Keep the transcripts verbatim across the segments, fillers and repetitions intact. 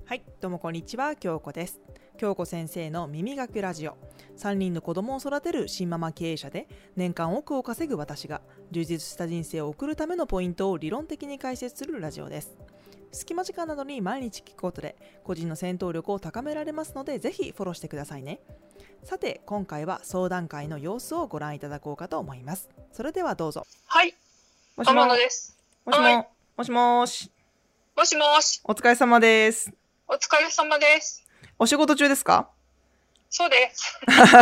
はい、どうもこんにちは、京子です。京子先生の耳学ラジオ。さんにんの子供を育てる新ママ経営者で、年間億を稼ぐ私が充実した人生を送るためのポイントを理論的に解説するラジオです。隙間時間などに毎日聞くことで個人の戦闘力を高められますので、ぜひフォローしてくださいね。さて、今回は相談会の様子をご覧いただこうかと思います。それではどうぞ。 はい、 もしも天野です。 もしも、 はい、 もしもし。 もしもし。 お疲れ様です。 お疲れ様です。 お仕事中ですか？ そうです。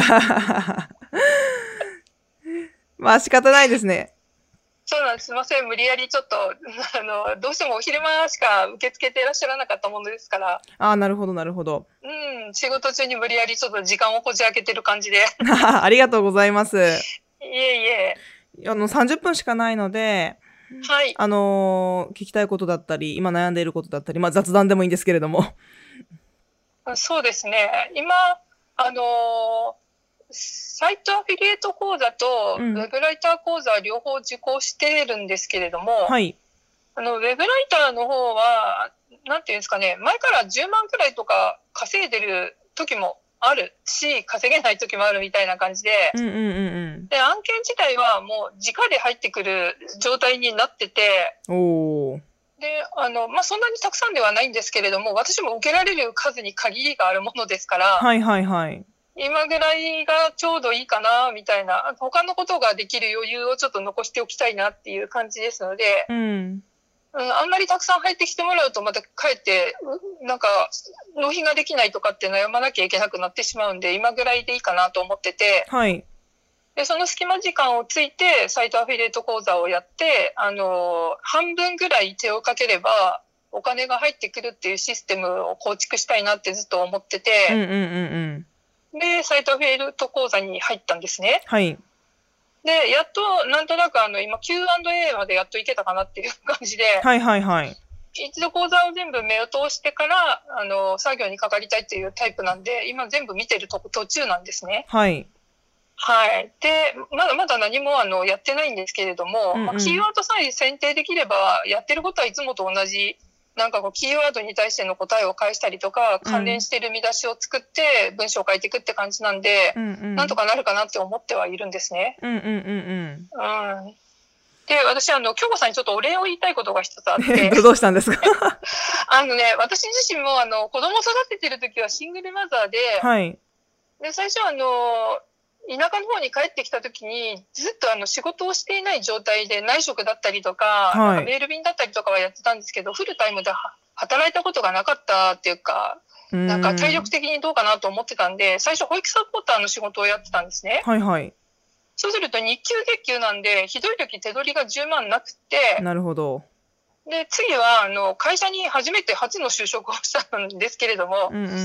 まあ仕方ないですね。 そうなんです。すみません。無理やりちょっと、あの、どうしてもお昼間しか受け付けていらっしゃらなかったものですから。 ああ、なるほど、なるほど。 うん、仕事中に無理やりちょっと時間をこじ開けてる感じで。 ありがとうございます。 いえいえ。 あの、さんじゅっぷんしかないので、 はい。 あのー、聞きたいことだったり、今悩んでいることだったり、まあ雑談でもいいんですけれども。 そうですね。今、あのー、サイトアフィリエイト講座とウェブライター講座両方受講しているんですけれども、 はい。 あの、ウェブライターの方は、なんていうんですかね、前からじゅうまんくらいとか稼いでる時もあるし、稼げない時もあるみたいな感じで、 うんうんうんうん。 で、案件自体はもう直で入ってくる状態になってて、 おー。 で、あの、まあ、そんなにたくさんではないんですけれども、私も受けられる数に限りがあるものですから、 はいはいはい。 今ぐらいがちょうどいいかな、みたいな、他のことができる余裕をちょっと残しておきたいなっていう感じですので、 うん。 うん、あんまりたくさん入ってきてもらうとまた帰ってなんか納品ができないとかって悩まなきゃいけなくなってしまうんで、今ぐらいでいいかなと思ってて、 はい。 でその隙間時間をついてサイトアフィリエイト講座をやって、あの半分ぐらい手をかければお金が入ってくるっていうシステムを構築したいなってずっと思ってて、 うんうんうんうん。 でサイトアフィリエイト講座に入ったんですね。 はい。 でやっとなんとなくあの今 キューアンドエー までやっといけたかなっていう感じで、 はいはいはい。 一度講座を全部目を通してからあの作業にかかりたいっていうタイプなんで、今全部見てると途中なんですね。 はい。 はい。で、まだまだ何もあのやってないんですけれども、うんうん、まあ、キーワードさえ選定できればやってることはいつもと同じ、なんかこうキーワードに対しての答えを返したりとか、関連してる見出しを作って文章を書いていくって感じなんで、うんうん、なんとかなるかなって思ってはいるんですね。 うんうんうんうん。 うんで、私、あの、京子さんにちょっとお礼を言いたいことが一つあって。 どうしたんですか？ あのね、私自身も、あの、子供育ててる時はシングルマザーで、 はい。 で、最初は、あの、田舎の方に帰ってきた時に、ずっとあの、仕事をしていない状態で内職だったりとか、はい、なんかメール便だったりとかはやってたんですけど、フルタイムで働いたことがなかったっていうか、なんか体力的にどうかなと思ってたんで、最初保育サポーターの仕事をやってたんですね。 はいはい。 そうすると日給月給なんで、ひどい時手取りがじゅうまんなくて。 なるほど。 で、次は、あの、会社に初めて初の就職をしたんですけれども、 うんうんうんうん、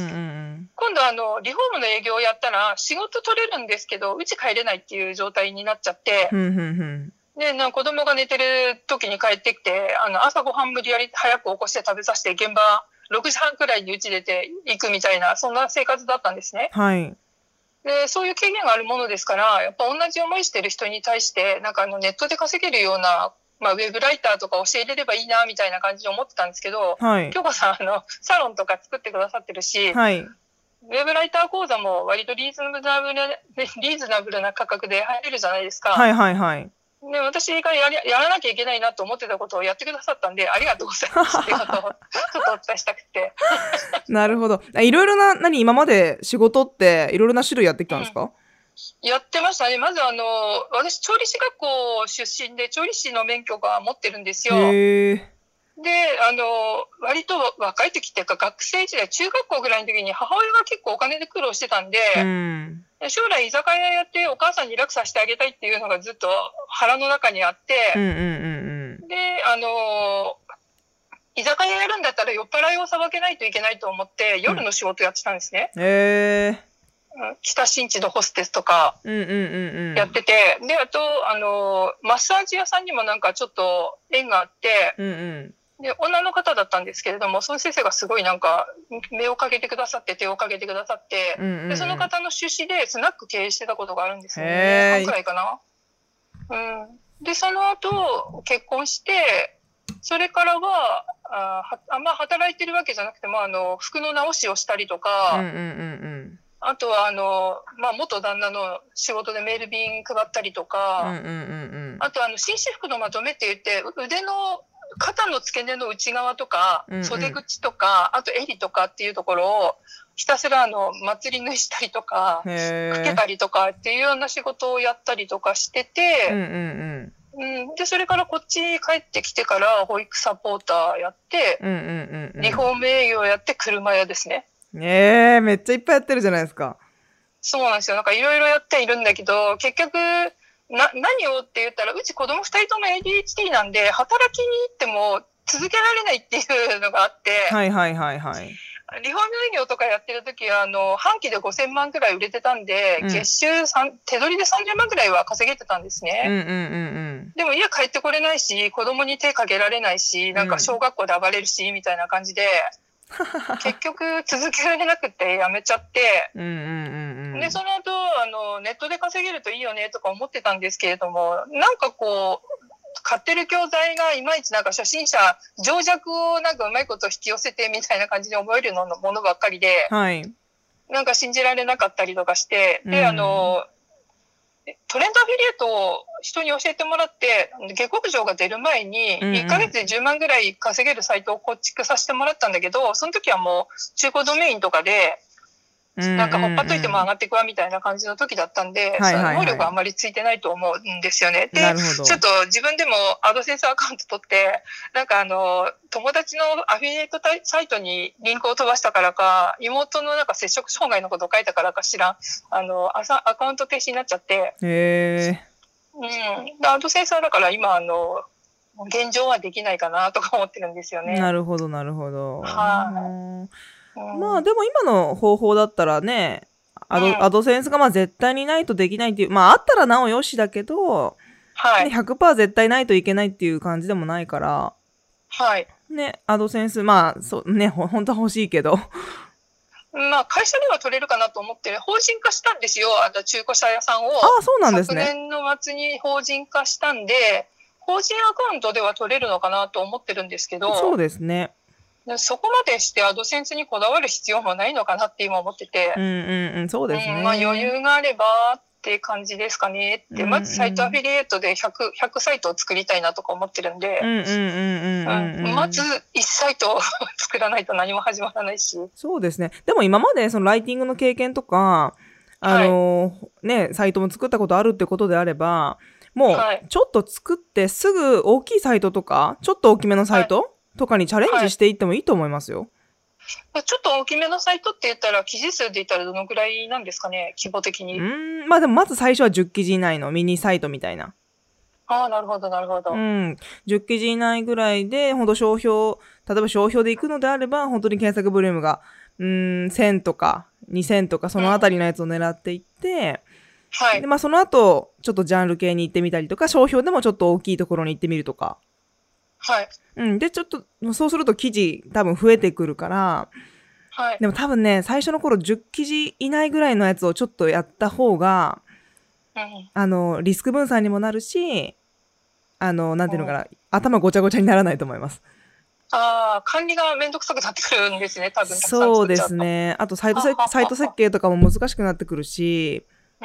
今度あの、リフォームの営業をやったら、仕事取れるんですけど、うち帰れないっていう状態になっちゃって、 うんうんうん、 で、なんか子供が寝てる時に帰ってきて、あの、朝ごはん無理やり早く起こして食べさせて、現場ろくじはんくらいにうち出て行くみたいな、そんな生活だったんですね。 はい。 で、そういう経験があるものですから、やっぱ同じ思いしてる人に対して、なんかあのネットで稼げるような、まあ、ウェブライターとか教えれればいいな、みたいな感じで思ってたんですけど、 はい。 京子さん、あの、サロンとか作ってくださってるし、 はい。 ウェブライター講座も割とリーズナブルな、リーズナブルな価格で入れるじゃないですか。 はいはいはい。 で、私がやり、やらなきゃいけないなと思ってたことをやってくださったんで、ありがとうございますっていうことをちょっとお伝えしたくて。 なるほど。いろいろな、何、今まで仕事っていろいろな種類やってきたんですか？ うんやってましたね。まずあの、私、調理師学校出身で、調理師の免許が持ってるんですよ。 へー。 で、あの、割と若い時っていうか、学生時代、中学校ぐらいの時に母親が結構お金で苦労してたんで、うん、将来居酒屋やってお母さんに楽させてあげたいっていうのがずっと腹の中にあって、 うんうんうんうん、 で、あの、居酒屋やるんだったら酔っ払いをさばけないといけないと思って、夜の仕事やってたんですね。 うん、へー。 北新地のホステスとかやってて、うんうんうんうん、であとあのマッサージ屋さんにもなんかちょっと縁があって、うんうん、で女の方だったんですけれども、その先生がすごいなんか目をかけてくださって手をかけてくださって、うんうんうん、でその方の出資でスナック経営してたことがあるんですよね。にねんはんくらいかな、うん、でその後結婚してそれからは、あはあんま働いてるわけじゃなくても、あの、服の直しをしたりとか、 うんうんうんうん、 あとは、あの、まあ、元旦那の仕事でメール便配ったりとか、 うんうんうんうん、 あと、あの、紳士服のまとめって言って、腕の、肩の付け根の内側とか、うんうん、袖口とか、あと襟とかっていうところを、ひたすらあの、祭り縫いしたりとか、かけたりとかっていうような仕事をやったりとかしてて、 うんうんうんうん、で、それからこっち帰ってきてから保育サポーターやって、 うんうんうんうん、 リフォーム営業やって車屋ですね。 えー、めっちゃいっぱいやってるじゃないですか。 そうなんですよ。なんかいろいろやっているんだけど、結局、な、何をって言ったら、うち子供二人とも エーディーエイチディー なんで、働きに行っても続けられないっていうのがあって、 はいはいはいはい。 リフォーム営業とかやってる時は、あの、半期でごせんまんくらい売れてたんで、うん、月収さん手取りでさんじゅうまんくらいは稼げてたんですね。 うんうんうんうん、 でも家帰ってこれないし、子供に手かけられないし、なんか小学校で暴れるし、みたいな感じで、結局続けられなくてやめちゃって、 うんうんうんうん、 で、その後、あの、ネットで稼げるといいよねとか思ってたんですけれども、なんかこう、買ってる教材がいまいちなんか初心者、情弱をなんかうまいこと引き寄せてみたいな感じに思えるののものばっかりで、 はい、 なんか信じられなかったりとかして、で、うん、あの、トレンドアフィリエイトを人に教えてもらって、下克上が出る前に、いっかげつでじゅうまんぐらい稼げるサイトを構築させてもらったんだけど、その時はもう中古ドメインとかで、なんかほっぱっといても上がっていくわみたいな感じの時だったんで、はいはいはい、能力はあんまりついてないと思うんですよね。で、ちょっと自分でもアドセンスアカウント取って、なんかあの、友達のアフィリエイトサイトにリンクを飛ばしたからか、妹のなんか接触障害のことを書いたからか知らん、あの、アカウント停止になっちゃって、 へー。うん。アドセンスはだから今、あの、現状はできないかなとか思ってるんですよね。 なるほど、なるほど。 はい、 まあでも今の方法だったらね、アド、うん、アドセンスがまあ絶対にないとできないっていう、まああったらなおよしだけど、 はい、 ね、ひゃくパーセント 絶対ないといけないっていう感じでもないから、 はい。 ね、アドセンス、まあそうね、ほ本当は欲しいけど。 まあ会社には取れるかなと思って、ね、法人化したんですよ、あの中古車屋さんを。 ああ、そうなんですね。 昨年の末に法人化したんで、法人アカウントでは取れるのかなと思ってるんですけど。 そうですね。 そこまでしてアドセンスにこだわる必要もないのかなって今思ってて。 うんうんうん、そうですね。 うん、まあ余裕があればって感じですかねって。まずサイトアフィリエイトでひゃく、ひゃくサイトを作りたいなとか思ってるんで。 うんうんうんうん、うん。 まずいちサイトを作らないと何も始まらないし。 そうですね。でも今までそのライティングの経験とか、あの、はい、ね、サイトも作ったことあるってことであれば、もうちょっと作ってすぐ大きいサイトとか、ちょっと大きめのサイト、はいとかにチャレンジしていってもいいと思いますよ。 はい、ちょっと大きめのサイトって言ったら記事数で言ったらどのくらいなんですかね、規模的に。 うーん、まあでもまず最初はじゅっ記事以内のミニサイトみたいな。 ああ、なるほどなるほど。 うん、じゅっ記事以内ぐらいで本当商標、例えば商標で行くのであれば本当に検索ボリュームがうーんせんとかにせんとかそのあたりのやつを狙っていって、 うん、はい。 でまあその後ちょっとジャンル系に行ってみたりとか、商標でもちょっと大きいところに行ってみるとか。 はい。 うん。で、ちょっと、そうすると記事多分増えてくるから、 はい。 でも多分ね、最初の頃じゅっ記事以内ぐらいのやつをちょっとやった方が、 うん、 あの、リスク分散にもなるし、あの、なんていうのかな、うん、頭ごちゃごちゃにならないと思います。 ああ、管理がめんどくさくなってくるんですね、多分。 そうですね。あとサイトせ、サイト設計とかも難しくなってくるし、 うん。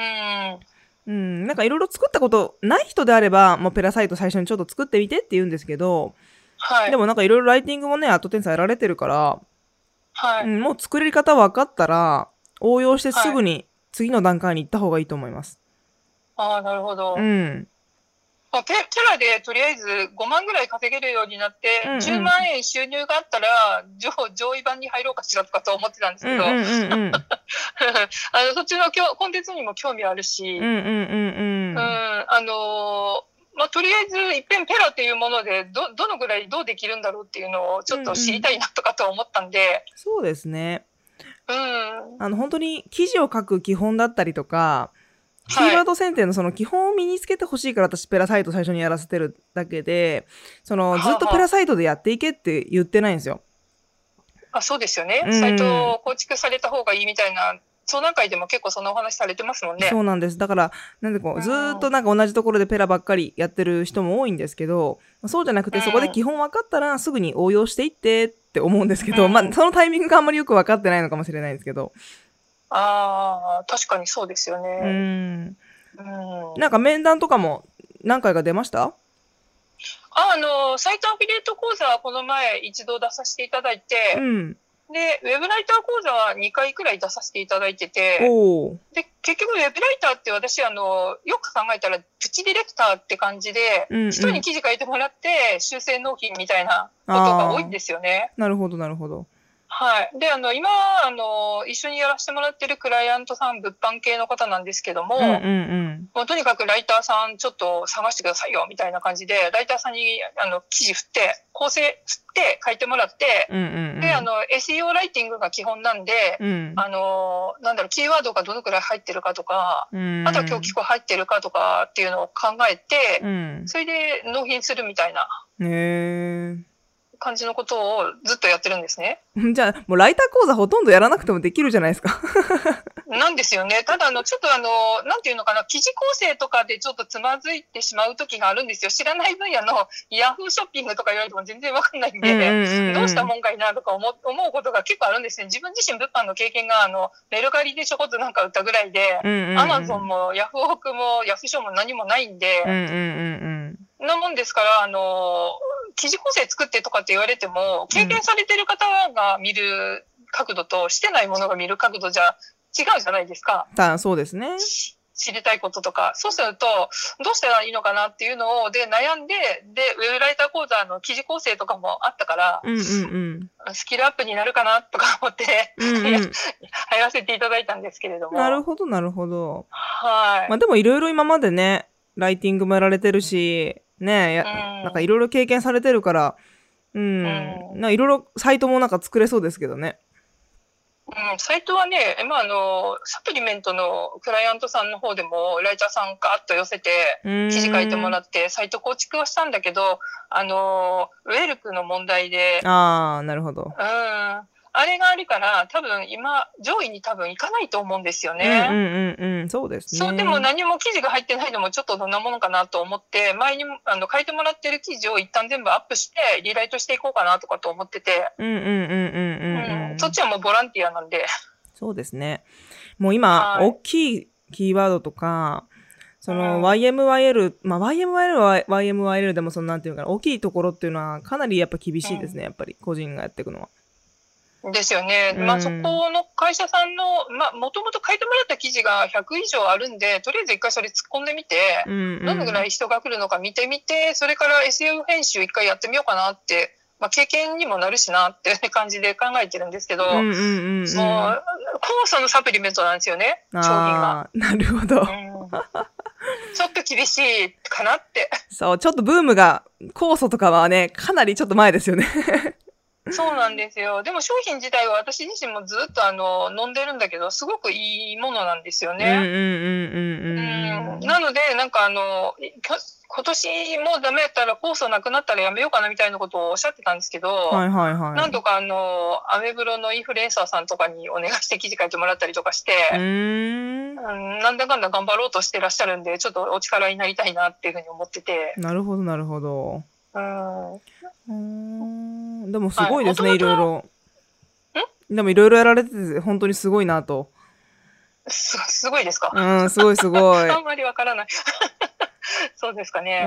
うん、なんかいろいろ作ったことない人であれば、もうペラサイト最初にちょっと作ってみてって言うんですけど、 はい。 でもなんかいろいろライティングもね、アットテンさんやられてるから、 はい。 うん、もう作り方分かったら、応用してすぐに次の段階に行った方がいいと思います。 はい、ああ、なるほど。 うん。 まあ、テ, テラでとりあえずごまんぐらい稼げるようになって、うんうん、じゅうまんえん収入があったら 上, 上位版に入ろうかしらとかと思ってたんですけど、うんうんうんうん、あのそっちのコンテンツにも興味あるし、 うんうんうんうん、 あのまあ、とりあえずいっぺんペラっていうもので ど, どのぐらいどうできるんだろうっていうのをちょっと知りたいなとかと思ったんで、うんうん、 そうですね、 うん、 あの本当に記事を書く基本だったりとか、キーワード選定のその基本を身につけてほしいから私ペラサイト最初にやらせてるだけで、そのずっとペラサイトでやっていけって言ってないんですよ。 あ、そうですよね、うん、サイトを構築された方がいいみたいな相談会でも結構そんなお話されてますもんね。 そうなんです。だからなんでこうずーっとなんか同じところでペラばっかりやってる人も多いんですけど、そうじゃなくてそこで基本分かったらすぐに応用していってって思うんですけど、うん、まあそのタイミングがあんまりよく分かってないのかもしれないんですけど。 ああ、確かにそうですよね。 うん。うん、なんか面談とかも何回か出ました？ あ、あのサイトアフィリエイト講座はこの前一度出させていただいて、うん、でウェブライター講座はにかいくらい出させていただいてて、で結局ウェブライターって私あのよく考えたらプチディレクターって感じで、うんうん、人に記事書いてもらって修正納品みたいなことが多いんですよね。 なるほどなるほど。 はい。で、あの、今、あの、一緒にやらせてもらってるクライアントさん、物販系の方なんですけども、うんうんうん、もうとにかくライターさんちょっと探してくださいよ、みたいな感じで、ライターさんに、あの、記事振って、構成振って書いてもらって、うんうんうん、で、あの、エスイーオー ライティングが基本なんで、うん、あの、なんだろう、キーワードがどのくらい入ってるかとか、うん、あとは今日聞こ入ってるかとかっていうのを考えて、うん、それで納品するみたいな。へー。感じのことをずっとやってるんですね。 じゃあもうライター講座ほとんどやらなくてもできるじゃないですか。 なんですよね。ただあのちょっとあのなんていうのかな、記事構成とかでちょっとつまずいてしまう時があるんですよ。知らない分野のヤフーショッピングとか言われても全然わかんないんで、うんうんうん、どうしたもんかいなとか思う思うことが結構あるんですね。自分自身物販の経験があのメルカリでちょこっとなんか売ったぐらいで、アマゾンもヤフオクもヤフーショーも何もないんで、うんうんうんうん、なもんですからあの記事構成作ってとかって言われても、経験されてる方が見る角度としてないものが見る角度じゃ違うじゃないですか。 あ、そうですね。 知りたいこととか。そうすると、どうしたらいいのかなっていうのを、で、悩んで、で、ウェブライター講座の記事構成とかもあったから、うんうんうん、スキルアップになるかなとか思って、うんうん、入らせていただいたんですけれども。 なるほど、なるほど。はい。まあでもいろいろ今までね、ライティングもやられてるし、ねえ、うん、なんかいろいろ経験されてるから、うん、うん、なんかいろいろサイトもなんか作れそうですけどね。 うん、サイトはね、まあ、あの、サプリメントのクライアントさんの方でも、ライターさんガーッと寄せて、記事書いてもらって、サイト構築はしたんだけど、あの、ウェルクの問題で。 ああ、なるほど。 うん。あれがあるから、多分今、上位に多分いかないと思うんですよね。 うんうんうんうん、そうですね。 そう、でも何も記事が入ってないのもちょっとどんなものかなと思って、前にあの書いてもらってる記事を一旦全部アップして、リライトしていこうかなとかと思ってて。うんうんうんうんうん、うん。そっちはもうボランティアなんで。 そうですね。もう今、大きいキーワードとか、その ワイエムワイエル、まあ ワイエムワイエル は ワイエムワイエル でもそのなんていうかな、大きいところっていうのはかなりやっぱ厳しいですね、うん、やっぱり個人がやっていくのは。ですよね。まあ、そこの会社さんの、まあ、もともと書いてもらった記事がひゃく以上あるんで、とりあえず一回それ突っ込んでみて、うんうん、どのぐらい人が来るのか見てみて、それから エスイーオー 編集一回やってみようかなって、まあ、経験にもなるしなっていう感じで考えてるんですけど、うんうんうんうん、もう、酵素のサプリメントなんですよね、商品が。 なるほど。うん、 ちょっと厳しいかなって。 そう、ちょっとブームが、酵素とかはね、かなりちょっと前ですよね。 そうなんですよ。でも商品自体は私自身もずっとあの飲んでるんだけど、すごくいいものなんですよね。うんうんうんうん。なので、なんかあの、今年もダメやったら酵素なくなったらやめようかなみたいなことをおっしゃってたんですけど、はいはいはい。なんとかあの、アメブロのインフルエンサーさんとかにお願いして記事書いてもらったりとかして、うーん、うん、なんだかんだ頑張ろうとしてらっしゃるんで、ちょっとお力になりたいなっていうふうに思ってて。 なるほどなるほど。うん。うーん、でもすごいですね、はい、いろいろ。ん？でもいろいろやられてて本当にすごいなと。 す, すごいですか？ うん、すごいすごい。 あんまりわからない。そうですかね。 うん。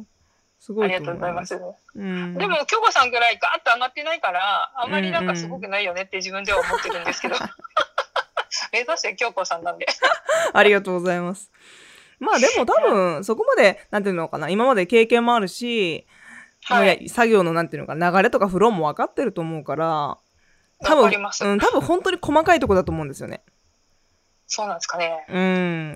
すごい。 ありがとうございます。うん、でも京子さんぐらいガーッと上がってないから、あんまりなんかすごくないよねって自分では思ってるんですけど。目指して京子さんなんで。 ありがとうございます。まあでも多分そこまでなんていうのかな、今まで経験もあるし、はい、作業のなんていうのか流れとかフローも分かってると思うから、多分、うん、多分本当に細かいとこだと思うんですよね。 そうなんですかね。 うん、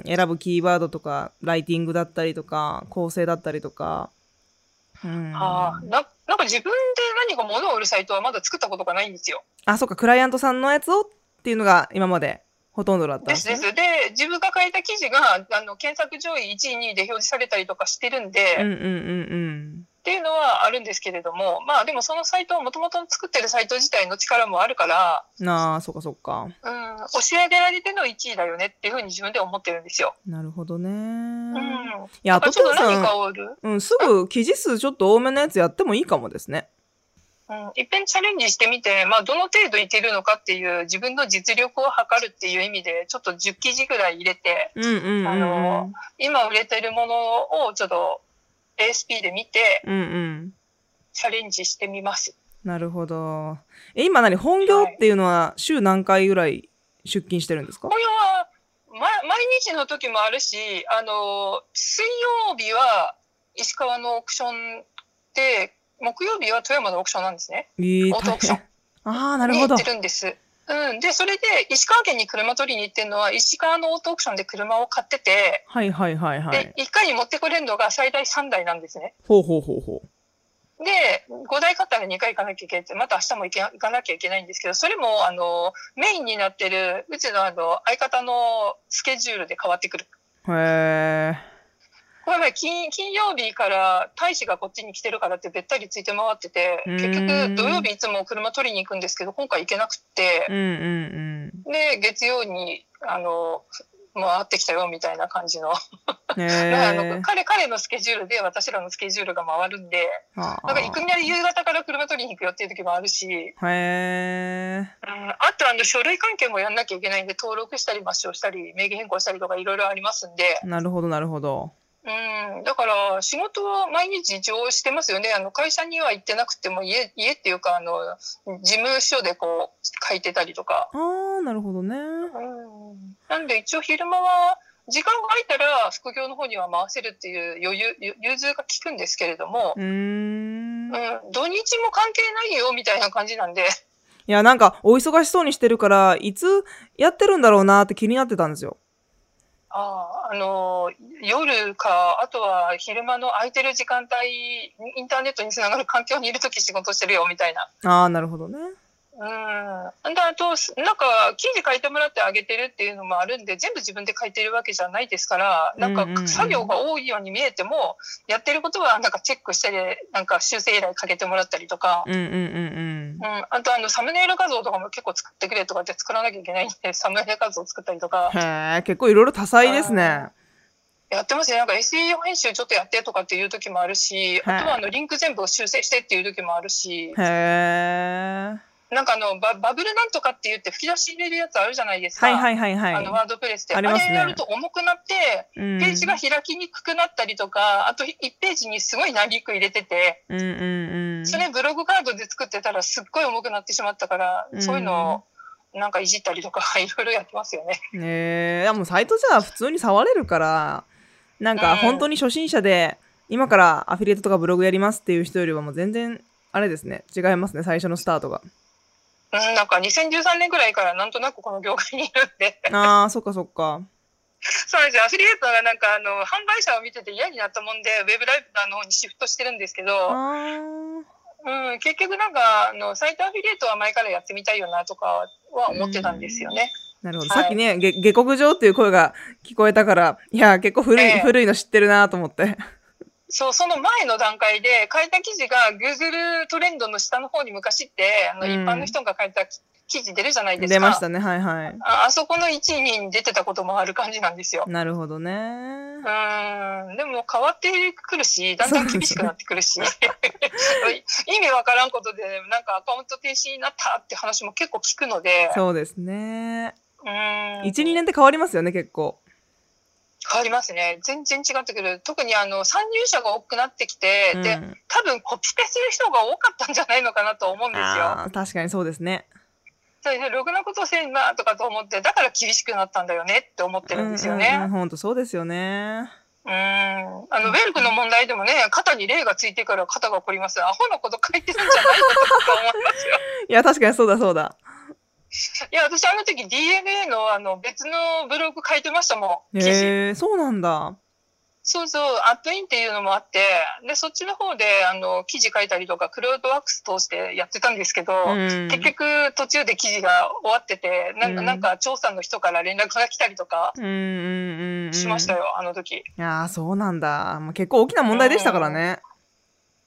選ぶキーワードとかライティングだったりとか構成だったりとか。 うん、はあ、な, なんか自分で何か物を売るサイトはまだ作ったことがないんですよ。 あ、そうか、クライアントさんのやつをっていうのが今までほとんどだったんですね。 ですです。で、自分が書いた記事があの検索上位いちいにいで表示されたりとかしてるんで、うんうんうんうん。 っていうのはあるんですけれども、まあでもそのサイトをもともと作ってるサイト自体の力もあるから、 ああ、そっかそっか。 うん、教え上げられてのいちいだよねっていうふうに自分で思ってるんですよ。 なるほどね。うん。 いや、 あとちょっと何かをうん、すぐ記事数ちょっと多めのやつやってもいいかもですね。 うん、いっぺんチャレンジしてみて、まあどの程度いけるのかっていう自分の実力を測るっていう意味で、ちょっとじゅっ記事ぐらい入れて、 うんうんうんうん、 あの、今売れてるものをちょっと エーエスピー で見て、 うんうん、チャレンジしてみます。 なるほど。え、今何本業っていうのは週何回ぐらい出勤してるんですか？ 本業は、ま、毎日の時もあるし、あの、水曜日は石川のオークションで、木曜日は富山のオークションなんですね。 えー、 オートオークション。 ああ、なるほど。 に行ってるんです。うん。で、それで石川県に車取りに行ってるのは、石川のオートオークションで車を買ってて、 はいはいはいはい。 で、いっかいに持ってこれるのが最大さんだいなんですね。 ほうほうほうほう。 で、ごだい買ったらにかい行かなきゃいけないって、また明日も行け行かなきゃいけないんですけど、それも、あの、メインになってる、うちのあの、相方のスケジュールで変わってくる。 へー。 これは金、金曜日から大使がこっちに来てるからってべったりついて回ってて、結局土曜日いつも車取りに行くんですけど、今回行けなくって、 うんうんうん、で、 月曜に、あの、回ってきたよみたいな感じの。 へあの彼、彼のスケジュールで私らのスケジュールが回るんで、なんか行くにあり夕方から車取りに行くよっていう時もあるし、へー、うん、 あとあの書類関係もやんなきゃいけないんで、登録したり抹消したり、名義変更したりとかいろいろありますんで。 なるほどなるほど。 うん、だから仕事は毎日一応してますよね。あの会社には行ってなくても家、家っていうかあの事務所でこう書いてたりとか。 ああ、なるほどね。うん、 なんで一応昼間は時間が空いたら副業の方には回せるっていう余裕、融通が利くんですけれども、 うーん、 うん、土日も関係ないよみたいな感じなんで。 いや、なんかお忙しそうにしてるからいつやってるんだろうなって気になってたんですよ。 ああ、あの夜か、あとは昼間の空いてる時間帯、インターネットにつながる環境にいるとき仕事してるよみたいな。 ああ、なるほどね。 うん。あと、なんか記事書いてもらってあげてるっていうのもあるんで、全部自分で書いてるわけじゃないですから、なんか作業が多いように見えても、うんうんうん、やってることはなんかチェックして、なんか修正依頼かけてもらったりとか、 うんうんうんうん。 うん、あとあのサムネイル画像とかも結構作ってくれとかって作らなきゃいけないんで、サムネイル画像作ったりとか。 へえ、結構いろいろ多彩ですね。 やってますね。なんか エスイーオー 編集ちょっとやってとかっていう時もあるし、あとはあのリンク全部修正してっていう時もあるし。 へー。 なんかあの バ, バブルなんとかって言って吹き出し入れるやつあるじゃないですか。 はいはいはいはい。 あのワードプレスで。 ありますね。 あれやると重くなって、ページが開きにくくなったりとか、あといちページにすごい何く入れてて、 うんうんうん、それブログカードで作ってたらすっごい重くなってしまったから、うん、そういうのをなんかいじったりとかいろいろやってますよね。 えー、もうサイトじゃ普通に触れるから、なんか本当に初心者で、うん、今からアフィリエイトとかブログやりますっていう人よりはもう全然あれですね、違いますね、最初のスタートが。 うん、なんかにせんじゅうさんねんぐらいからなんとなくこの業界にいるんで。 ああ、そっかそっか。 そうですよ。アフィリエイトがなんかあの販売者を見てて嫌になったもんで、ウェブライターの方にシフトしてるんですけど、うん、結局なんかあのサイトアフィリエイトは前からやってみたいよなとかは思ってたんですよね。 なるほど。はい、さっきね、げ下克上っていう声が聞こえたから、いや、結構古い、えー、古いの知ってるなと思って。 そう、その前の段階で書いた記事が Google トレンドの下の方に昔って、あの一般の人が書いた記事出るじゃないですか。 出ましたね、はいはい。 あ, あそこのいちいに出てたこともある感じなんですよ。 なるほどね。 うん、でも変わってくるし、だんだん厳しくなってくるし、意味わからんことで、なんかアカウント停止になったって話も結構聞くので。 そうですね。 うん。 いち、にねんって変わりますよね、結構。 変わりますね。全然違ってくる。特にあの参入者が多くなってきて、うん、で、多分コピペする人が多かったんじゃないのかなと思うんですよ。 あ、確かにそうですね。 ろくなことせんなとかと思って、だから厳しくなったんだよねって思ってるんですよね。 本当そうですよね。 うん。あの、ウェルクの問題でもね、肩に霊がついてから肩が凝ります。アホなこと書いてるんじゃないのと思いますよ。 いや、確かにそうだそうだ。 いや、私あの時 ディーエヌエー のあの別のブログ書いてましたもん。 へえ、そうなんだ。 そうそう、アップインっていうのもあって、で、そっちの方で、あの、記事書いたりとか、クラウドワークス通してやってたんですけど、うん、結局途中で記事が終わってて、なんか、うん、なんか調査の人から連絡が来たりとか、しましたよ、あの時。いやー、そうなんだ。結構大きな問題でしたからね。 ね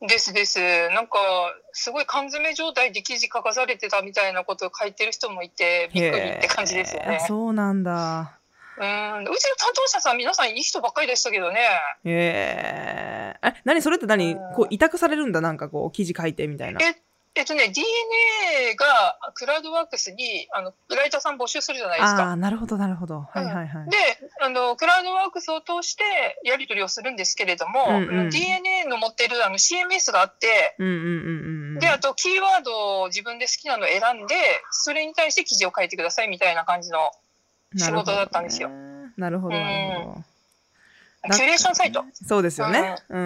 ですです。なんか、すごい缶詰状態で記事書かされてたみたいなことを書いてる人もいて、びっくりって感じですよね。 そうなんだ。 うん、うちの担当者さん、皆さんいい人ばっかりでしたけどね。 へえ。え、何それって何、こう委託されるんだ、なんかこう記事書いてみたいな。 ええっとね、ディーエヌエー がクラウドワークスにあのライターさん募集するじゃないですか。 ああ、なるほどなるほど。はいはいはい。 うん、であの、クラウドワークスを通してやり取りをするんですけれども、うんうん、ディーエヌエー の持っているあの シーエムエス があって、うんうんうんうん、であとキーワードを自分で好きなのを選んで、それに対して記事を書いてくださいみたいな感じの仕事だったんですよ。 なるほど、なるほど。 キュレーションサイト。 そうですよね。 うん、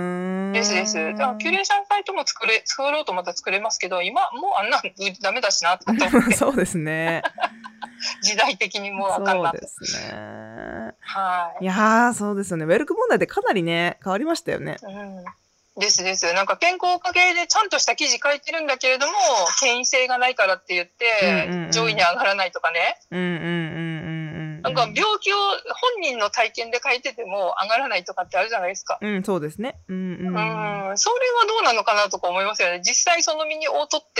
ですです。だからキュレーションサイトも作れ、作ろうとまた作れますけど、今もうあんなダメだしなと思って。 そうですね。 時代的にもうあかんな。 そうですね。 はい。 いやー、そうですよね。ウェルク問題ってかなりね、変わりましたよね。 うんですです。なんか健康科系でちゃんとした記事書いてるんだけれども、権威性がないからって言って、うんうんうん、上位に上がらないとかね。うんうんうんうん。なんか病気を本人の体験で書いてても上がらないとかってあるじゃないですか。 うん、そうですね。うんうん。 うん、それはどうなのかなとか思いますよね。実際その身に応とって、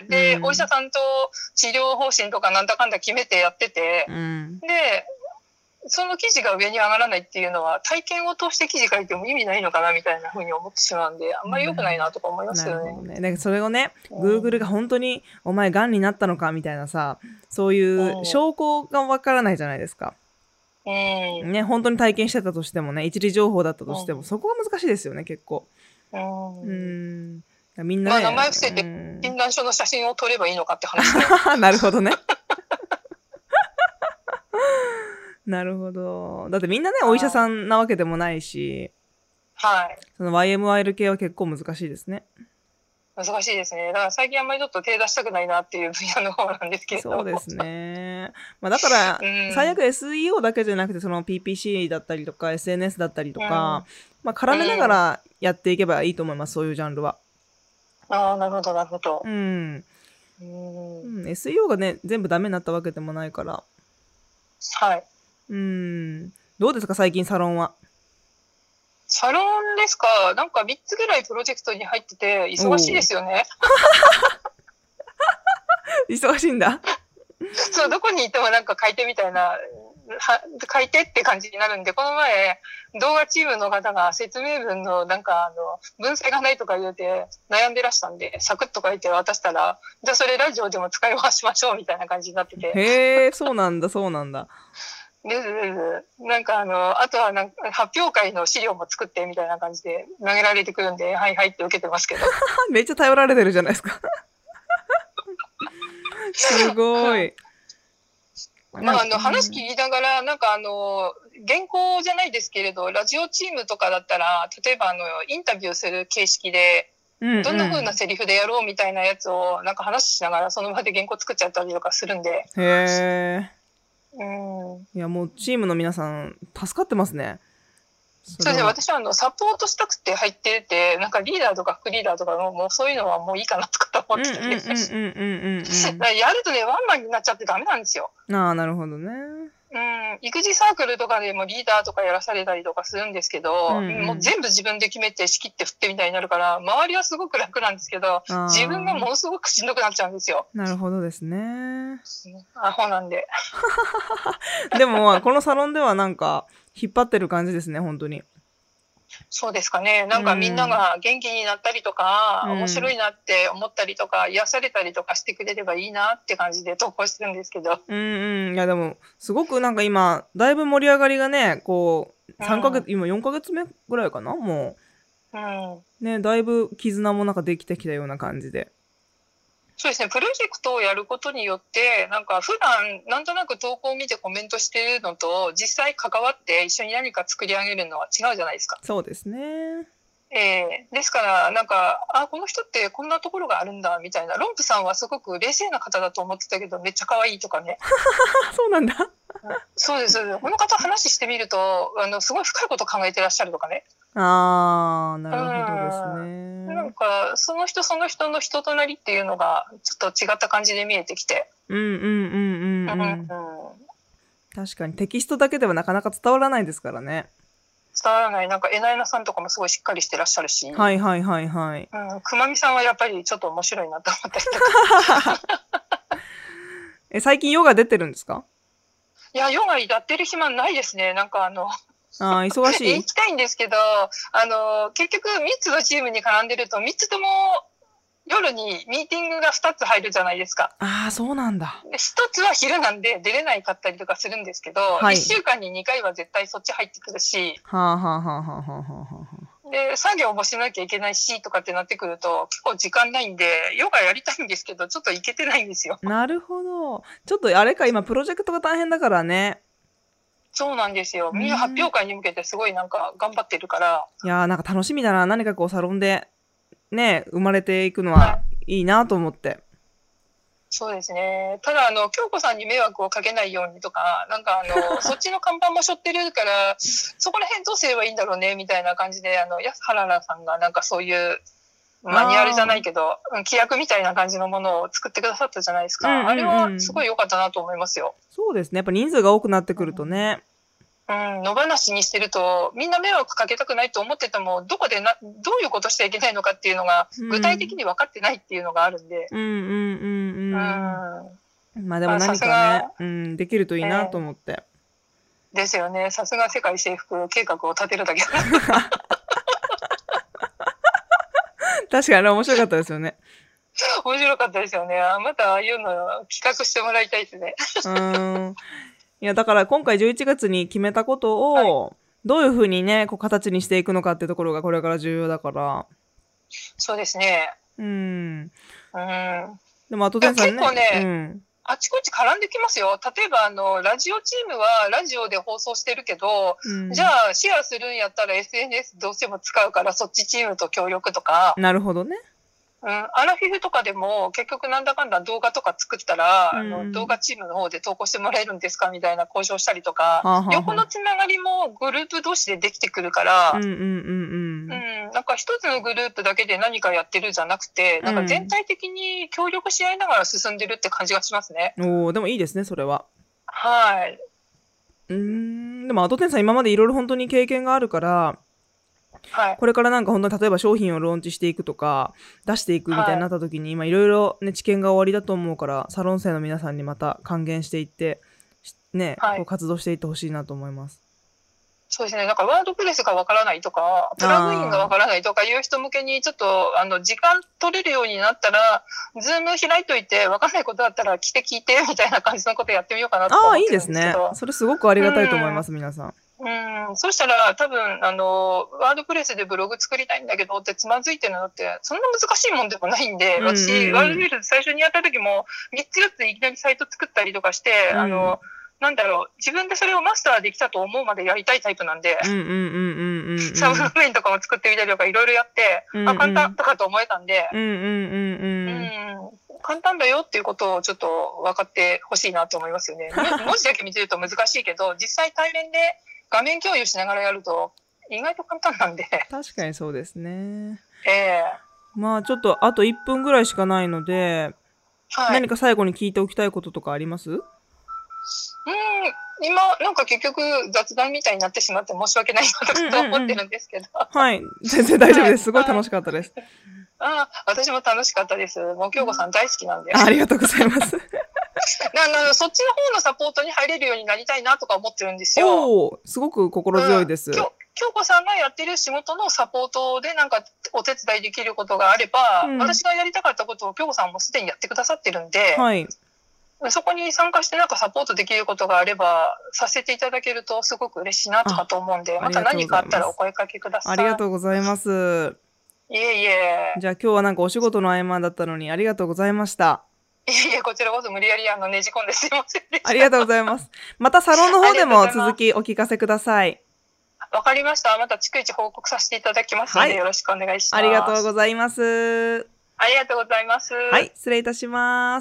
で、うん、お医者さんと治療方針とかなんだかんだ決めてやってて、うん、で、その記事が上に上がらないっていうのは体験を通して記事書いても意味ないのかなみたいなふうに思ってしまうんで、あんまり良くないなとか思いますよね。 うん、なるほどね。だからそれをね、うん、Google が本当にお前がんになったのかみたいなさ、そういう証拠がわからないじゃないですか。うん、ね、本当に体験してたとしてもね、一時情報だったとしても、うん、そこが難しいですよね、結構。うん。うんみんな、ね、 まあ名前伏せて診断書の写真を撮ればいいのかって話。 なるほどね。なるほど。だってみんなね、お医者さんなわけでもないし、 はい。 その ワイエムアイエル 系は結構難しいですね。 難しいですね。だから最近あんまりちょっと手出したくないなっていう分野の方なんですけど。 そうですね。まあだから、うん、最悪 エスイーオー だけじゃなくて、その ピーピーシー だったりとか エスエヌエス だったりとか、うん、まあ絡めながらやっていけばいいと思います、そういうジャンルは。 ああ、なるほど、なるほど。 うん。うん、エスイーオー がね、全部ダメになったわけでもないから。 はい。 うん。どうですか、最近サロンは。 サロンですか。なんかみっつぐらいプロジェクトに入ってて、忙しいですよね。 忙しいんだ。 そう、どこにいてもなんか書いてみたいな、は書いてって感じになるんで、この前、動画チームの方が説明文のなんかあの、文才がないとか言うて悩んでらしたんで、サクッと書いて渡したら、じゃあそれラジオでも使い回しましょうみたいな感じになってて。 へえ、そうなんだ、そうなんだ。 ですです。なんかあの、あとはなんか発表会の資料も作ってみたいな感じで投げられてくるんで、はいはいって受けてますけど。 めっちゃ頼られてるじゃないですか。すごい。 まあ、あの、話聞きながら、なんかあの、原稿じゃないですけれど、ラジオチームとかだったら、例えばあの、インタビューする形式で、どんな風なセリフでやろうみたいなやつを、なんか話しながら、その場で原稿作っちゃったりとかするんで。 へー。 うん、 いやもうチームの皆さん助かってますね。 そうですね。私はあのサポートしたくて入ってて、なんかリーダーとか副リーダーとかのもうそういうのはもういいかなとか思ってて、やるとねワンマンになっちゃってダメなんですよ。 ああ、なるほどね。 うん、育児サークルとかでもリーダーとかやらされたりとかするんですけど、うんうん、もう全部自分で決めて仕切って振ってみたいになるから周りはすごく楽なんですけど、自分がものすごくしんどくなっちゃうんですよ。 なるほどですね。 アホなんで。 でもこのサロンではなんか引っ張ってる感じですね、本当に。 そうですかね。なんかみんなが元気になったりとか、うん、面白いなって思ったりとか、癒されたりとかしてくれればいいなって感じで投稿してるんですけど。 うんうん。いやでも、すごくなんか今、だいぶ盛り上がりがね、こう、さんかげつ、うん、今よんかげつめぐらいかなもう。うん。ね、だいぶ絆もなんかできてきたような感じで。 そうですね、プロジェクトをやることによって、なんか普段なんとなく投稿を見てコメントしてるのと、実際関わって一緒に何か作り上げるのは違うじゃないですか。 そうですね。 えー、ですから、なんか、あ、この人ってこんなところがあるんだ、みたいな。ロンプさんはすごく冷静な方だと思ってたけど、めっちゃ可愛いとかね。 そうなんだ。 そうです。この方話してみると、あの、すごい深いこと考えてらっしゃるとかね。 あー、なるほどですね。 なんか、その人その人の人となりっていうのが、ちょっと違った感じで見えてきて。 うんうんうんうんうん。うん、確かにテキストだけではなかなか伝わらないですからね。 伝わらない。なんかえなえなさんとかもすごいしっかりしてらっしゃるし、 はいはいはいはい。 うん、くまみさんはやっぱりちょっと面白いなと思ったりとか。 え、最近ヨガ出てるんですか？ いや、ヨガやってる暇ないですね。なんかあの、 あー忙しい。 行きたいんですけど、あの、結局みっつのチームに絡んでると、みっつとも夜にミーティングがふたつ入るじゃないですか。 ああ、そうなんだ。 でひとつは昼なんで出れないかったりとかするんですけど、はい、いっしゅうかんににかいは絶対そっち入ってくるし、 はあはあはあはあはあはあ。で、作業もしなきゃいけないしとかってなってくると、結構時間ないんで、ヨガやりたいんですけど、ちょっと行けてないんですよ。 なるほど。ちょっとあれか、今プロジェクトが大変だからね。そうなんですよ。みんな発表会に向けてすごいなんか頑張ってるから。 いやーなんか楽しみだな。何かこうサロンでね、生まれていくのはいいなと思って。はい、 そうですね。ただ、あの、京子さんに迷惑をかけないようにとか、なんかあの、そっちの看板も背負ってるから、そこら辺どうすればいいんだろうね、みたいな感じで、あの、安原さんがなんかそういうマニュアルじゃないけど、規約みたいな感じのものを作ってくださったじゃないですか。うんうんうん、あれはすごい良かったなと思いますよ。 そうですね。やっぱ人数が多くなってくるとね。 うん、野放しにしてるとみんな迷惑かけたくないと思っててもどこでなどういうことしちゃいけないのかっていうのが具体的に分かってないっていうのがあるんで、うんうんうんうんうん、まあでも何かね、うん、できるといいなと思って、 えー、ですよね。さすが世界征服計画を立てるだけ確かに面白かったですよね。 面白かったですよね。またああいうの企画してもらいたいですね。うんいやだから今回じゅういちがつに決めたことを、はい、どういうふうにねこう形にしていくのかっていうところがこれから重要だから。 そうですね。 うん。うん。 でも後でさんね。結構ね、うん、あちこち絡んできますよ。例えばあのラジオチームはラジオで放送してるけど、うん、じゃあシェアするんやったら エスエヌエス どうしても使うからそっちチームと協力とか。 なるほどね。 うん、アラフィフとかでも結局なんだかんだ動画とか作ったら、うん、あの動画チームの方で投稿してもらえるんですかみたいな交渉したりとか、はあはあ、横のつながりもグループ同士でできてくるから、うんうんうんうん、なんか一つのグループだけで何かやってるじゃなくて、なんか全体的に協力し合いながら進んでるって感じがしますね。 うん、おー、でもいいですねそれは。 はい。 うーん、でもアドテンさん今までいろいろ本当に経験があるから。はい、これからなんか本当に例えば商品をローンチしていくとか出していくみたいになった時に、今いろいろね知見が終わりだと思うからサロン生の皆さんにまた還元していってね、はい、こう活動していってほしいなと思います。 そうですね。なんかワードプレスがわからないとかプラグインがわからないとかいう人向けにちょっとあの時間取れるようになったらズーム開いといてわかんないことだったら来て聞いてみたいな感じのことやってみようかなと思ってるんですけど。ああいいですね。 それすごくありがたいと思います、うん、皆さん。 うん、そしたら多分あのワードプレスでブログ作りたいんだけどってつまずいてるのってそんな難しいもんでもないんで、うんうんうん、私ワードプレス最初にやった時もみっつよっついきなりサイト作ったりとかして、うん、あのなんだろう自分でそれをマスターできたと思うまでやりたいタイプなんで、サブドメインとかも作ってみたりとかいろいろやって、うんうん、あ簡単とかと思えたんで、うんうんうんうん、簡単だよっていうことをちょっと分かってほしいなと思いますよね。文字だけ見てると難しいけど実際対面で画面共有しながらやると意外と簡単なんで。 確かにそうですね。 えー、まあちょっとあといっぷんぐらいしかないので、はい、何か最後に聞いておきたいこととかあります？うん、 今なんか結局雑談みたいになってしまって申し訳ないなと思ってるんですけど、うんうんうん、 はい全然大丈夫です。すごい楽しかったです。 ああ私も楽しかったです。もう京子さん大好きなんで。 ありがとうございますななそっちの方のサポートに入れるようになりたいなとか思ってるんですよ。 おすごく心強いです、うん、 京子さんがやってる仕事のサポートでなんかお手伝いできることがあれば、うん、私がやりたかったことを京子さんもすでにやってくださってるんで、はい、そこに参加してなんかサポートできることがあればさせていただけるとすごく嬉しいなとかと思うんで、また何かあったらお声かけください。 ありがとうございます。 いえいえ。 じゃあ今日はなんかお仕事の合間だったのにありがとうございました。 いえいえ、こちらこそ無理やりあのねじ込んですいませんでした。 ありがとうございます。またサロンの方でも続きお聞かせください。 わかりました。また逐一報告させていただきますので、はい、よろしくお願いします。 ありがとうございます。 ありがとうございます。 はい、失礼いたします。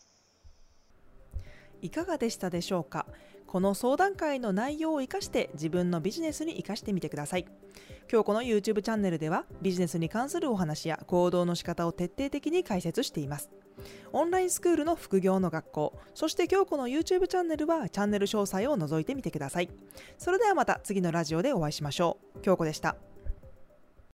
失礼いたします。 いかがでしたでしょうか。 この相談会の内容を生かして自分のビジネスに生かしてみてください。京子の YouTube チャンネルではビジネスに関するお話や行動の仕方を徹底的に解説しています。オンラインスクールの副業の学校、そして京子の YouTube チャンネルはチャンネル詳細を覗いてみてください。それではまた次のラジオでお会いしましょう。京子でした。